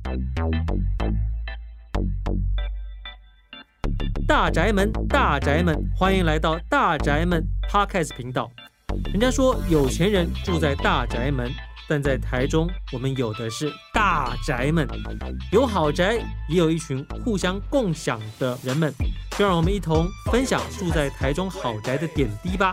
大宅门，大宅门，欢迎来到大宅门 Podcast 频道。人家说有钱人住在大宅门，但在台中，我们有的是大宅门，有豪宅，也有一群互相共享的人们。就让我们一同分享住在台中豪宅的点滴吧。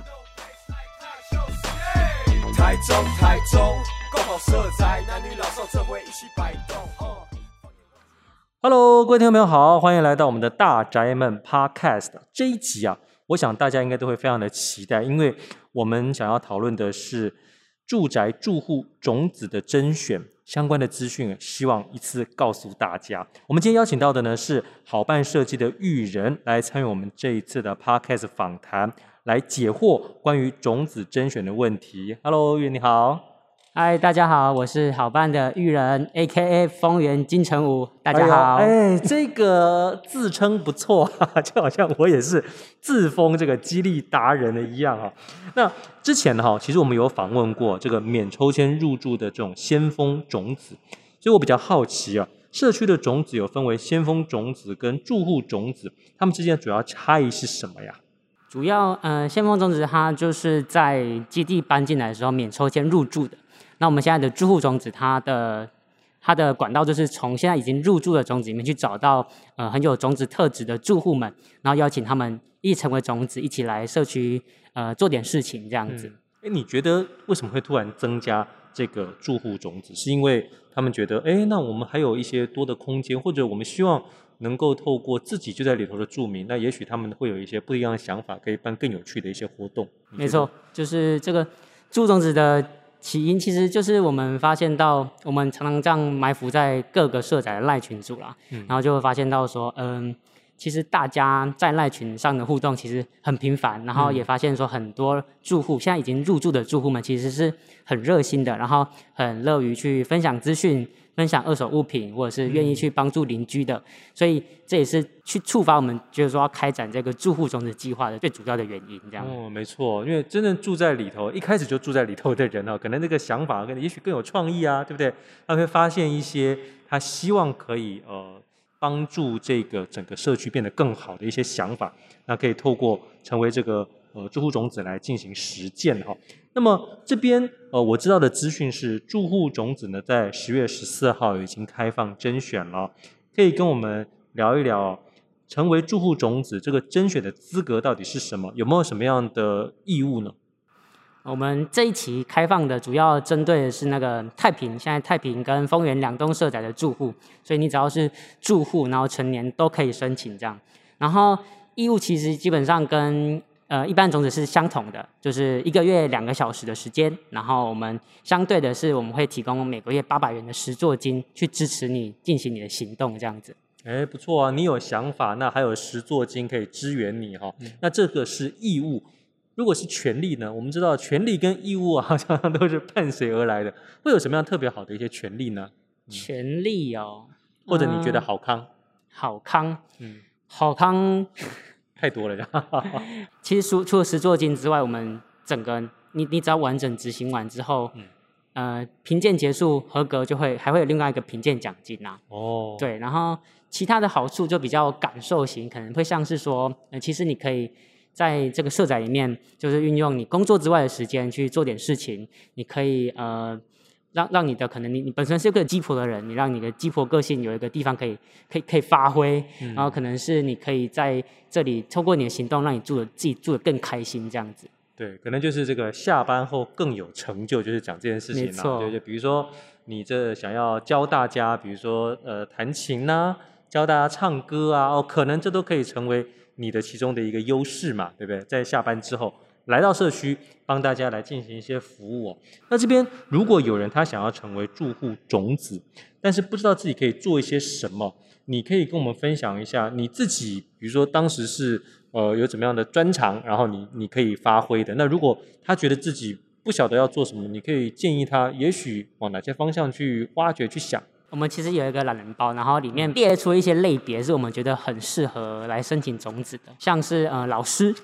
台中，共好社宅，男女老少这回一起摆动。Hello， 各位听众朋友好，欢迎来到我们的大宅门 Podcast 这一集啊，我想大家应该都会非常的期待，因为我们想要讨论的是住宅住户种子的甄选相关的资讯，希望一次告诉大家。我们今天邀请到的呢是好办设计的育人来参与我们这一次的 Podcast 访谈，来解惑关于种子甄选的问题。Hello， 育人你好。 嗨，大家好，我是好办的育人 ，A.K.A. 丰原金城武，大家好。 这个自称不错，就好像我也是自封这个激励达人的一样。那之前呢，其实我们有访问过这个免抽签入住的这种先锋种子，所以我比较好奇啊，社区的种子有分为先锋种子跟住户种子，他们之间的主要差异是什么呀？ 主要先锋种子它就是在基地搬进来的时候免抽签入住的。那我们现在的住户种子，它的管道就是从现在已经入住的种子里面去找到很有种子特质的住户们，然后邀请他们一起成为种子，一起来社区做点事情这样子。 你觉得为什么会突然增加这个住户种子？是因为他们觉得那我们还有一些多的空间，或者我们希望能够透过自己就在里头的住民，那也许他们会有一些不一样的想法，可以办更有趣的一些活动。 没错，就是这个住种子的起因其实就是我们发现到，我们常常这样埋伏在各个社宅的赖群组啦，然后就会发现到说，其实大家在赖群上的互动其实很频繁，然后也发现说很多住户现在已经入住的住户们其实是很热心的，然后很乐于去分享资讯、分享二手物品，或者是愿意去帮助邻居的，所以这也是去触发我们觉得说要开展这个住户种子计划的最主要的原因。这样没错，因为真正住在里头，一开始就住在里头的人可能那个想法也许更有创意啊，对不对？他会发现一些他希望可以帮助这个整个社区变得更好的一些想法，那可以透过成为这个住户种子来进行实践哈。那么这边我知道的资讯是，住户种子呢在10月14号已经开放甄选了，可以跟我们聊一聊成为住户种子这个甄选的资格到底是什么？有没有什么样的义务呢？ 我们这一期开放的主要针对的是那个太平，现在太平跟丰原两栋社宅的住户，所以你只要是住户，然后成年都可以申请这样。然后义务其实基本上跟一般种子是相同的，就是1个月2个小时的时间，然后我们相对的是我们会提供每个月800元的实作金去支持你进行你的行动这样子。 不错啊，你有想法，那还有实作金可以支援你那这个是义务。如果是权利呢？我们知道权利跟义务好像都是伴随而来的，会有什么样特别好的一些权利呢？ 权利或者你觉得好康？ 好康太多了。 其实除了实作金之外，我们整个你只要完整执行完之后，评鉴结束合格，还会有另外一个评鉴奖金对，然后其他的好处就比较感受型，可能会像是说，其实你可以在这个社宅里面，就是运用你工作之外的时间去做点事情，你可以让你的可能你本身是个鸡婆的人，你让你的鸡婆个性有一个地方可以发挥，然后可能是你可以在这里透过你的行动，让你自己住得更开心这样子。 对，可能就是这个下班后更有成就，就是讲这件事情啦。对，就比如说你这想要教大家，比如说弹琴啊，教大家唱歌啊，可能这都可以成为你的其中的一个优势嘛，对不对？在下班之后来到社区，帮大家来进行一些服务那这边如果有人他想要成为住户种子，但是不知道自己可以做一些什么，你可以跟我们分享一下你自己，比如说当时是有怎么样的专长，然后你可以发挥的。那如果他觉得自己不晓得要做什么，你可以建议他也许往哪些方向去挖掘去想。 我们其实有一个懒人包，然后里面列出一些类别是我们觉得很适合来申请种子的，像是老师，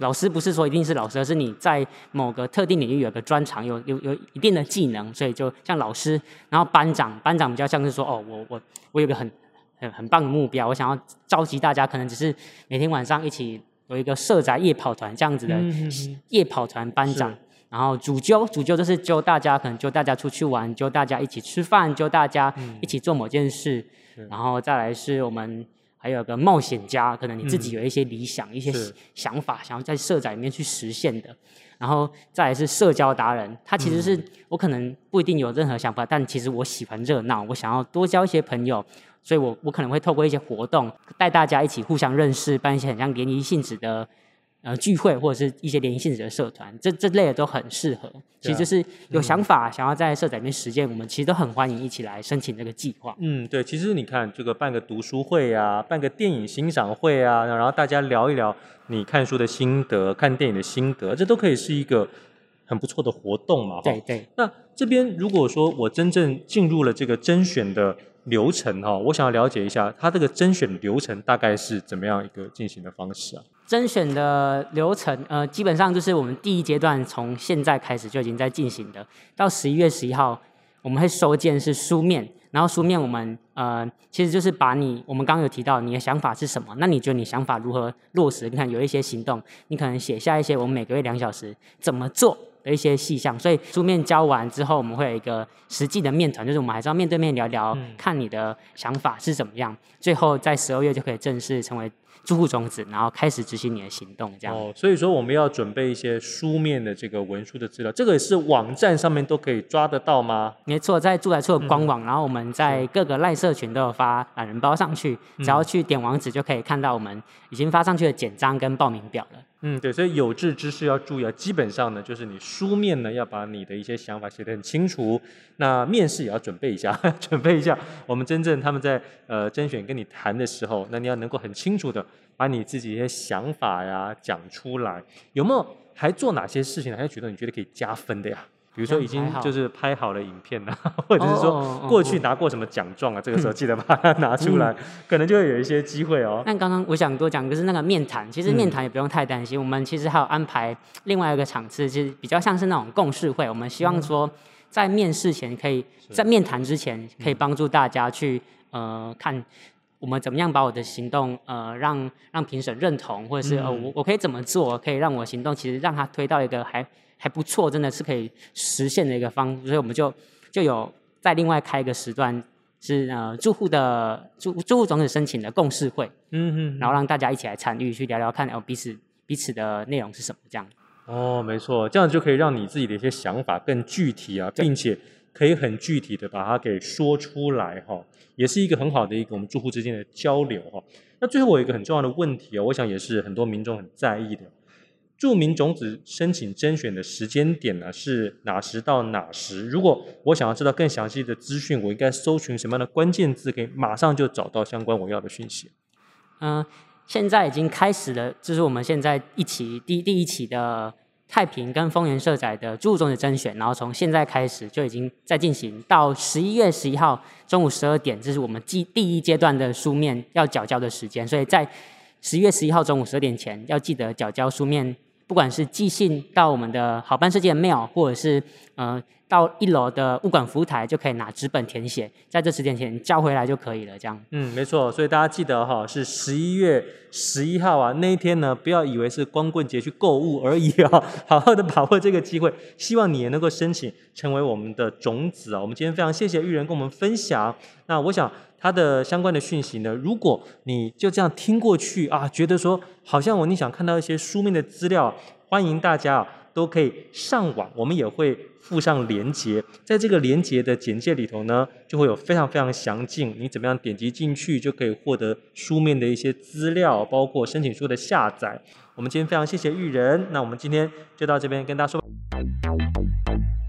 老师不是说一定是老师，而是你在某个特定领域有个专长，有一定的技能，所以就像老师，然后班长比较像是说，哦，我有个很棒的目标，我想要召集大家，可能只是每天晚上一起有一个社宅夜跑团这样子的夜跑团班长。然后主揪就是揪大家，可能揪大家出去玩，揪大家一起吃饭，揪大家一起做某件事。然后再来是我们还有个冒险家，可能你自己有一些理想、一些想法，想要在社宅里面去实现的。然后再来是社交达人，他其实是我可能不一定有任何想法，但其实我喜欢热闹，我想要多交一些朋友，所以我可能会透过一些活动带大家一起互相认识，办一些很像联谊性质的聚会，或者是一些联谊性质的社团，这类的都很适合。其实就是有想法想要在社宅里面实践，我们其实都很欢迎一起来申请这个计划。 对，其实你看这个办个读书会啊，办个电影欣赏会啊，然后大家聊一聊你看书的心得、看电影的心得，这都可以是一个很不错的活动嘛。 对。 那这边如果说我真正进入了这个甄选的流程我想要了解一下它这个甄选流程大概是怎么样一个进行的方式啊？ 甄选的流程基本上就是我们第一阶段从现在开始就已经在进行的，到11月11号我们会收件是书面，然后书面我们其实就是把我们刚刚有提到你的想法是什么，那你觉得你想法如何落实？你看有一些行动，你可能写下一些我们每个月2小时怎么做的一些细项，所以书面交完之后，我们会有一个实际的面团，就是我们还是要面对面聊聊，看你的想法是怎么样，最后在12月就可以正式成为住户种子，然后开始执行你的行动，这样。 所以说我们要准备一些书面的这个文书的资料，这个也是网站上面都可以抓得到吗？ 没错，在住宅处的官网，然后我们在各个赖社群都有发懒人包上去，只要去点网址就可以看到我们已经发上去的简章跟报名表了。 对，所以有志之士要注意基本上呢，就是你书面呢要把你的一些想法写得很清楚，那面试也要准备一下，我们真正他们在甄选跟你谈的时候，那你要能够很清楚的把你自己一些想法呀讲出来。有没有还做哪些事情还觉得你觉得可以加分的呀？比如说已经就是拍好了影片啊，或者是说过去拿过什么奖状啊，这个时候记得把它拿出来，可能就会有一些机会但刚刚我想多讲就是那个面谈，其实面谈也不用太担心，我们其实还有安排另外一个场次，就是比较像是那种共识会，我们希望说在面试前可以，在面谈之前可以帮助大家去看我们怎么样把我的行动让评审认同，或者是我可以怎么做可以让我行动其实让他推到一个还不错，真的是可以实现的一个方式，所以我们就有再另外开一个时段是住户种子申请的共识会，然后让大家一起来参与，去聊聊看彼此的内容是什么这样。 没错，这样就可以让你自己的一些想法更具体啊，并且可以很具体的把它给说出来也是一个很好的一个我们住户之间的交流那最后我有一个很重要的问题我想也是很多民众很在意的。住民种子申请甄选的时间点呢是哪时到哪时？如果我想要知道更详细的资讯，我应该搜寻什么样的关键字，可以马上就找到相关我要的讯息？ 现在已经开始了，就是我们现在第一期的太平跟丰原社宅的住户种子甄选，然后从现在开始就已经在进行，到11月11号中午12点，这是我们第一阶段的书面要缴交的时间，所以在11月11号中午12点前要记得缴交书面，不管是寄信到我们的好办设计的 mail， 或者是到1楼的物管服务台就可以拿纸本填写，在这时间前交回来就可以了。这样。 没错，所以大家记得是11月11号啊，那一天呢，不要以为是光棍节去购物而已好好的把握这个机会，希望你也能够申请成为我们的种子我们今天非常谢谢玉仁跟我们分享。那我想他的相关的讯息呢，如果你就这样听过去觉得说好像你想看到一些书面的资料，欢迎大家都可以上网，我们也会附上连结，在这个连结的简介里头呢，就会有非常非常详尽，你怎么样点击进去就可以获得书面的一些资料，包括申请书的下载。我们今天非常谢谢玉仁，那我们今天就到这边跟大家说。